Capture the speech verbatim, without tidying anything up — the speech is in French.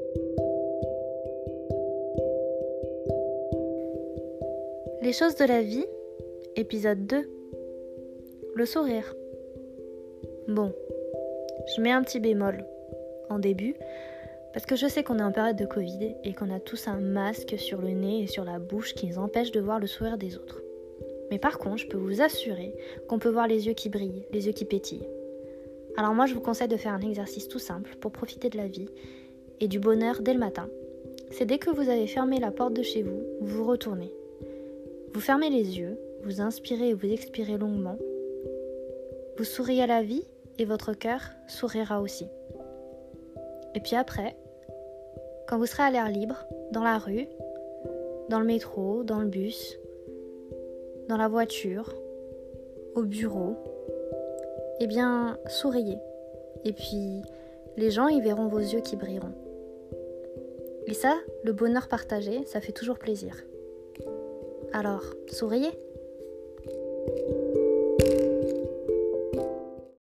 Les choses de la vie, épisode deux. Le sourire. Bon, je mets un petit bémol en début, parce que je sais qu'on est en période de Covid et qu'on a tous un masque sur le nez et sur la bouche qui nous empêche de voir le sourire des autres. Mais par contre, je peux vous assurer qu'on peut voir les yeux qui brillent, les yeux qui pétillent. Alors moi, je vous conseille de faire un exercice tout simple pour profiter de la vie et du bonheur dès le matin. C'est dès que vous avez fermé la porte de chez vous, vous vous retournez. Vous fermez les yeux, vous inspirez et vous expirez longuement. Vous souriez à la vie et votre cœur sourira aussi. Et puis après, quand vous serez à l'air libre, dans la rue, dans le métro, dans le bus, dans la voiture, au bureau, eh bien, souriez. Et puis, les gens y verront vos yeux qui brilleront. Et ça, le bonheur partagé, ça fait toujours plaisir. Alors, souriez!